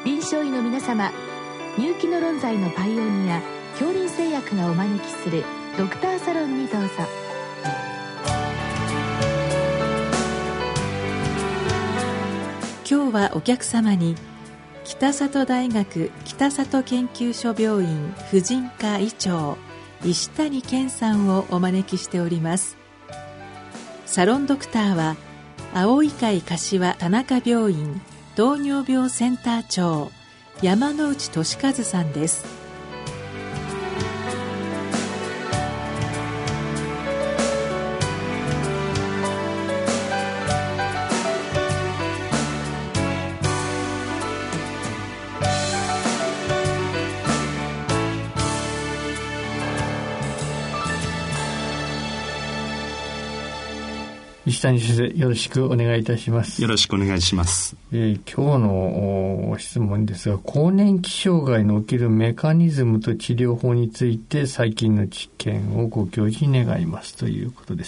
臨床医の皆様、入気の論剤のパイオニア杏林製薬がお招きするドクターサロンにどうぞ。 今日はお客様に北里大学北里研究所病院婦人科医長石谷健さんをお招きしております。サロンドクターは青い会柏田中病院糖尿病センター長山内俊和さんです。 石谷先生、よろしくお願いいたします。 よろしくお願いします。 今日の質問ですが、更年期障害の起きるメカニズムと治療法について最近の知見をご教示願いますということです。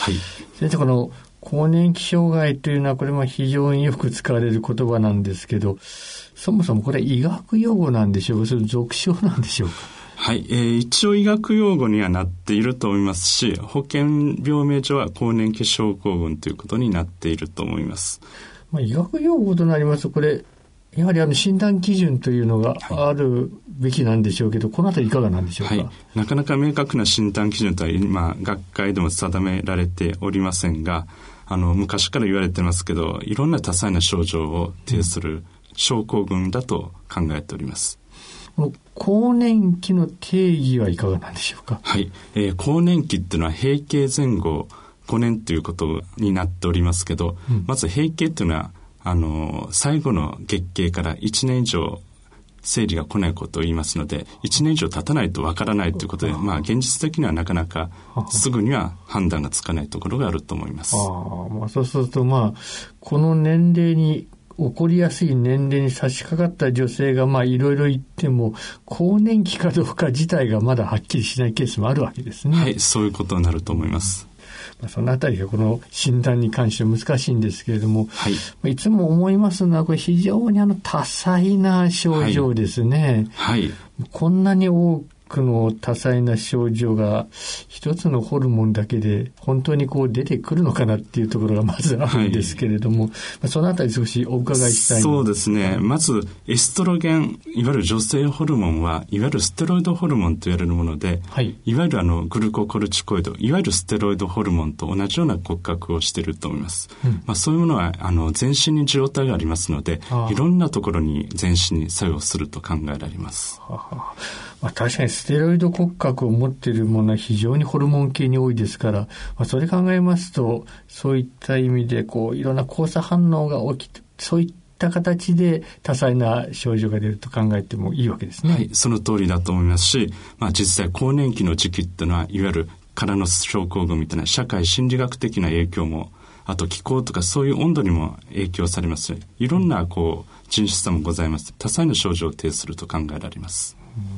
はい。 先生、この更年期障害というのはこれも非常によく使われる言葉なんですけど、そもそもこれ医学用語なんでしょうか、それ俗称なんでしょうか。 はい、一応医学用語にはなっていると思いますし、保険病名上は更年期症候群ということになっていると思います。 医学用語となりますと、これやはり診断基準というのがあるべきなんでしょうけど、このあたりいかがなんでしょうか。 はい、なかなか明確な診断基準とは今学会でも定められておりませんが、昔から言われてますけど、いろんな多彩な症状を呈する症候群だと考えております。 この更年期の定義はいかがなんでしょうか。 はい、更年期っていうのは閉経前後5年ということになっておりますけど、まず閉経っていうのは最後の月経から1年以上生理が来ないことを言いますので、1年以上経たないとわからないということで、現実的にはなかなかすぐには判断がつかないところがあると思います。 そうするとこの年齢に起こりやすい年齢に差し掛かった女性がいろいろ言っても更年期かどうか自体がまだはっきりしないケースもあるわけですね。 はい、そういうことになると思います。 そのあたりがこの診断に関して難しいんですけれども、 はい、 いつも思いますのはこれ非常に多彩な症状ですね。 はい、 こんなに多くの多彩な症状が一つのホルモンだけで本当に出てくるのかなっていうところがまずあるんですけれども、そのあたり少しお伺いしたい。 そうですね。まずエストロゲン、いわゆる女性ホルモンはいわゆるステロイドホルモンと言われるもので、いわゆるグルココルチコイド、いわゆるステロイドホルモンと同じような骨格をしていると思います。そういうものは全身に受容体がありますので、いろんなところに全身に作用すると考えられます。 確かにステロイド骨格を持っているものは非常にホルモン系に多いですから、それ考えますとそういった意味でいろんな交差反応が起きて、そういった形で多彩な症状が出ると考えてもいいわけですね。 はい、その通りだと思いますし、実際更年期の時期っていうのはいわゆる空の症候群みたいな社会心理学的な影響も、あと気候とかそういう温度にも影響されます。いろんな人種差もございます。多彩な症状を呈すると考えられます。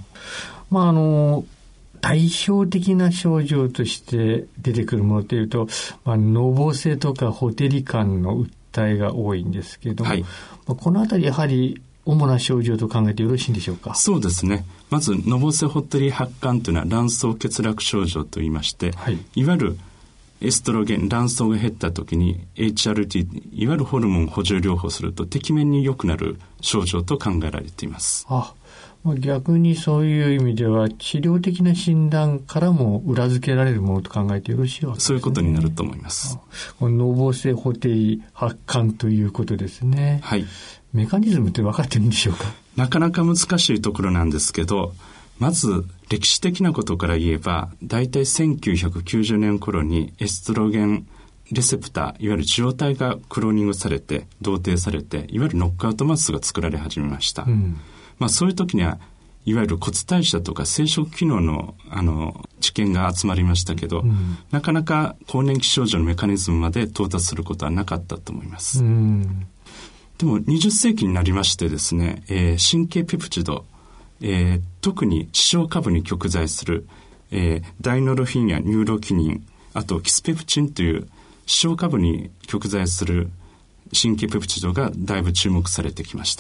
代表的な症状として出てくるものというと、のぼせとかほてり感の訴えが多いんですけども、このあたりやはり主な症状と考えてよろしいんでしょうか。 そうですね。まずのぼせほてり発汗というのは卵巣欠落症状といいまして、いわゆるエストロゲン、卵巣が減った時に HRT、 いわゆるホルモン補充療法するとてきめんに良くなる症状と考えられています。 逆にそういう意味では治療的な診断からも裏付けられるものと考えてよろしいわけですね。 そういうことになると思います。 のぼせほてり発汗ということですね。 はい。 メカニズムって分かってるんでしょうか。 なかなか難しいところなんですけど、まず歴史的なことから言えば、だいたい1990年頃にエストロゲンレセプター、いわゆる受容体がクローニングされて同定されて、いわゆるノックアウトマウスが作られ始めました。そういう時にはいわゆる骨代謝とか生殖機能の知見が集まりましたけど、なかなか更年期症状のメカニズムまで到達することはなかったと思います。でも20世紀になりましてですね、神経ペプチド、特に視床下部に極在する、ダイノロフィンやニューロキニン、あとキスペプチンという視床下部に極在する神経ペプチドがだいぶ注目されてきました。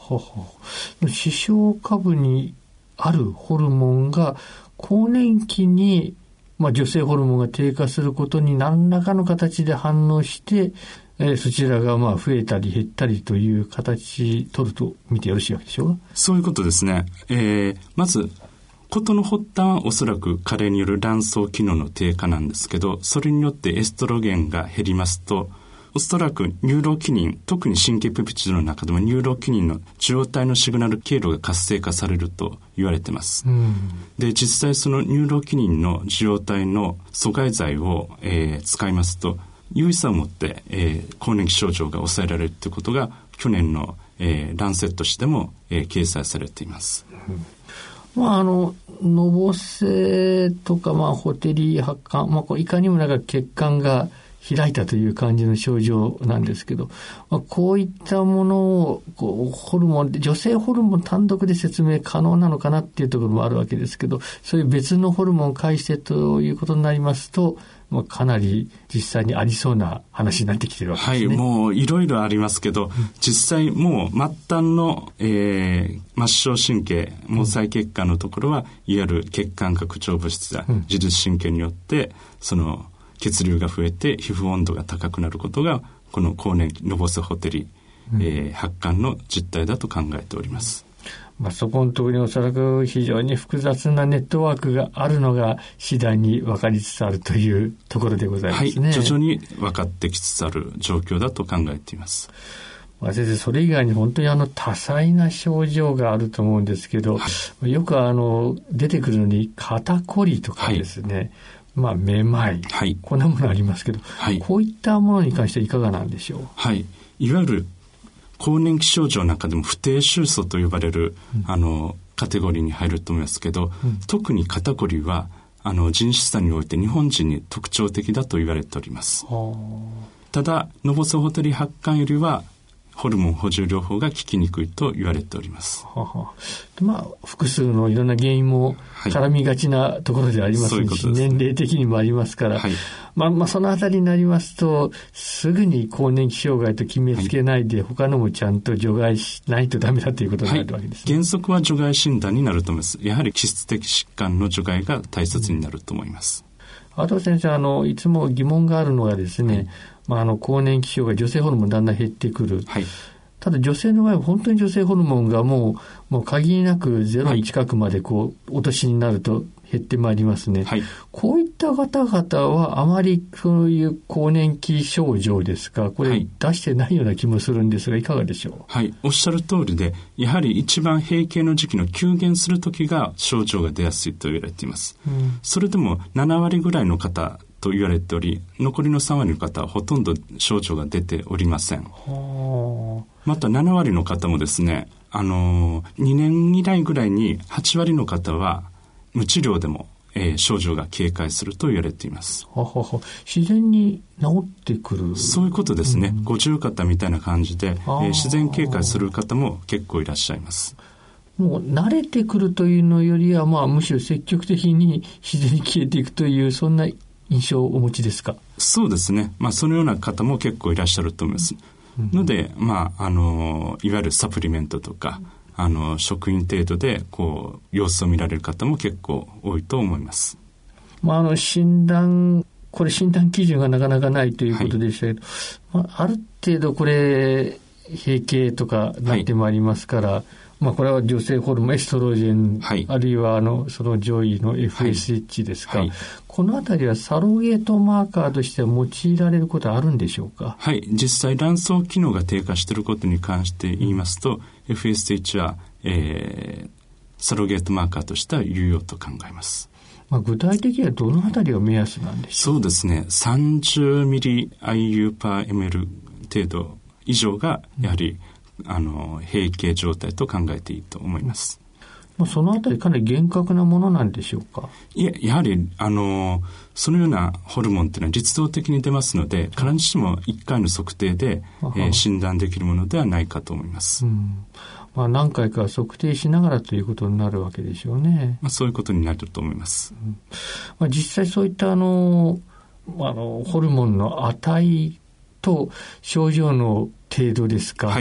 視床下部にあるホルモンが更年期に、女性ホルモンが低下することに何らかの形で反応して、そちらが増えたり減ったりという形取ると見てよろしいわけでしょうか。 そういうことですね。まず事の発端はおそらく加齢による卵巣機能の低下なんですけど、それによってエストロゲンが減りますと、おそらくニューロキニン、特に神経ペプチドの中でもニューロキニンの受容体のシグナル経路が活性化されると言われています。で、実際そのニューロキニンの受容体の阻害剤を、使いますと有意差を持って、更年期症状が抑えられるということが去年の、ランセット誌でも、掲載されています。 のぼせとか、ホテリ発汗、いかにも血管が開いたという感じの症状なんですけど、こういったものをホルモンで、女性ホルモン単独で説明可能なのかなっていうところもあるわけですけど、そういう別のホルモンを介してということになりますと、かなり実際にありそうな話になってきてるわけですね。もういろいろありますけど、実際もう末端の、末梢神経、毛細血管のところは、いわゆる血管拡張物質や自律神経によって、その血流が増えて皮膚温度が高くなることが、この更年期のぼせホテリ、発汗の実態だと考えております。 そこのところにおそらく非常に複雑なネットワークがあるのが次第に分かりつつあるというところでございますね。 徐々に分かってきつつある状況だと考えています。 先生、それ以外に本当に多彩な症状があると思うんですけど、よく出てくるのに肩こりとかですね、めまい、こんなものありますけど、こういったものに関してはいかがなんでしょう。 いわゆる更年期症状の中でも不定収素と呼ばれる、カテゴリーに入ると思いますけど、特に肩こりは人種差において日本人に特徴的だと言われております。ただのぼせホテリ発汗よりはホルモン補充療法が効きにくいと言われております。 複数のいろんな原因も絡みがちなところでありますし、年齢的にもありますから、そのあたりになりますと、すぐに更年期障害と決めつけないで、他のもちゃんと除外しないとダメだということになるわけですね。 原則は除外診断になると思います。やはり基質的疾患の除外が大切になると思います。 あと先生、いつも疑問があるのがですね、更年期障害、女性ホルモンだんだん減ってくる。ただ女性の場合は本当に女性ホルモンがもう限りなくゼロ近くまでお年になると減ってまいりますね。こういった方々はあまりそういう更年期症状ですか、これ出してないような気もするんですが、いかがでしょう。 おっしゃる通りで、やはり一番閉経の時期の急減する時が症状が出やすいと言われています。それでも7割ぐらいの方と言われており、残りの3割の方はほとんど症状が出ておりません。また7割の方もですね、2年以内ぐらいに8割の方は無治療でも、症状が軽快すると言われています。 自然に治ってくる。 そういうことですね。五十肩みたいな感じで、自然軽快する方も結構いらっしゃいます。 もう慣れてくるというのよりは、むしろ積極的に自然に消えていくという、そんな印象をお持ちですか。 そうですね。そのような方も結構いらっしゃると思います。ので、いわゆるサプリメントとか、食飲程度で様子を見られる方も結構多いと思います。 診断基準がなかなかないということでしたけど、ある程度これ閉経とかなってまいりますから、これは女性ホルモンエストロゲン、あるいはその上位の FSH ですか、このあたりはサロゲートマーカーとしては用いられることはあるんでしょうか。 実際卵巣機能が低下していることに関して言いますと、FSH は、サロゲートマーカーとしては有用と考えます。 具体的にはどのあたりが目安なんでしょう。 そうですね、30ミリ IU パー ML 程度以上がやはり、閉経状態と考えていいと思います。 そのあたりかなり厳格なものなんでしょうか。 やはりそのようなホルモンというのは実動的に出ますので、必ずしも1回の測定で、診断できるものではないかと思います。 何回か測定しながらということになるわけでしょうね。 そういうことになると思います。 実際そういったホルモンの値と症状の程度ですか、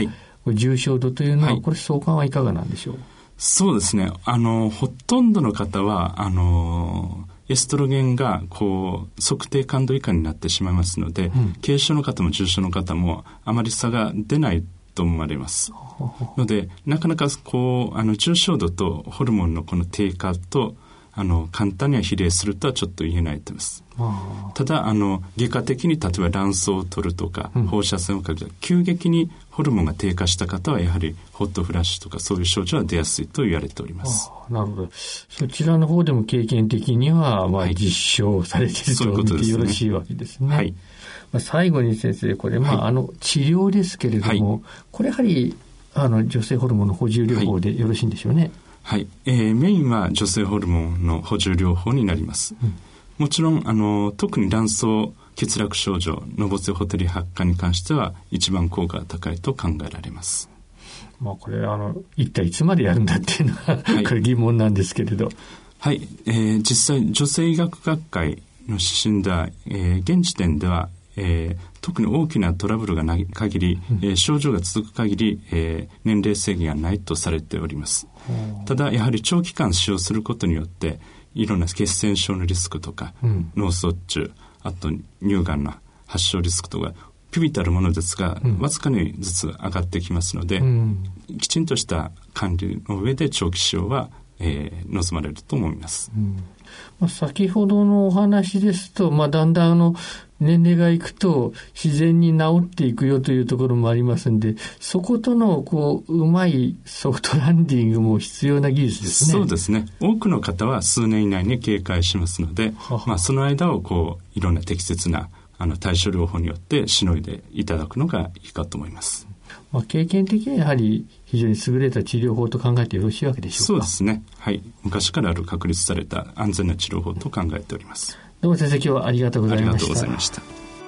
重症度というのは、 はい、 これ相関はいかがなんでしょう？ そうですね。ほとんどの方は、エストロゲンが測定感度以下になってしまいますので、軽症の方も重症の方もあまり差が出ないと思われますので、なかなか重症度とホルモンのこの低下と簡単には比例するとはちょっと言えないと思います。ただ外科的に例えば卵巣を取るとか、放射線をかけて急激にホルモンが低下した方はやはりホットフラッシュとかそういう症状は出やすいと言われております。 なるほど。そちらの方でも経験的には実証されていると見てよろしいわけですね。はい。最後に先生、これ治療ですけれども、はい、これやはり女性ホルモンの補充療法でよろしいんでしょうね？ はい、メインは女性ホルモンの補充療法になります。もちろん特に卵巣欠落症状、のぼせほてり発汗に関しては一番効果が高いと考えられます。 これ一体いつまでやるんだっていうのは、はい、これ疑問なんですけれど。はい、 実際女性医学学会の指針では、現時点では、特に大きなトラブルがない限り、症状が続く限り、年齢制限がないとされております。ただやはり長期間使用することによっていろんな血栓症のリスクとか、脳卒中、あと乳がんの発症リスクとかピビタルものですが、わずかにずつ上がってきますので、きちんとした管理の上で長期使用は、望まれると思います。 先ほどのお話ですと、だんだん年齢がいくと自然に治っていくよというところもありますんで、そことのうまいソフトランディングも必要な技術ですね。 そうですね。多くの方は数年以内に軽快しますので、その間をいろんな適切な対処療法によってしのいでいただくのがいいかと思います。 経験的にはやはり非常に優れた治療法と考えてよろしいわけでしょうか？ そうですね。はい。昔からある確立された安全な治療法と考えております。 どうも先生、今日はありがとうございました。 ありがとうございました。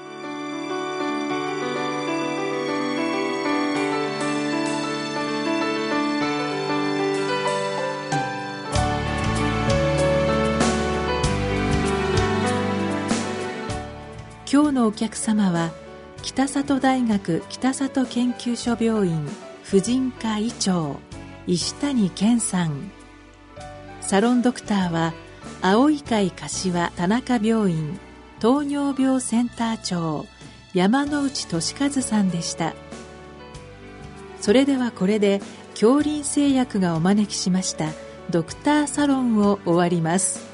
今日のお客様は北里大学北里研究所病院婦人科医長石谷健さん。サロンドクターは青い会柏田中病院糖尿病センター長山内俊和さんでした。それではこれで杏林製薬がお招きしましたドクターサロンを終わります。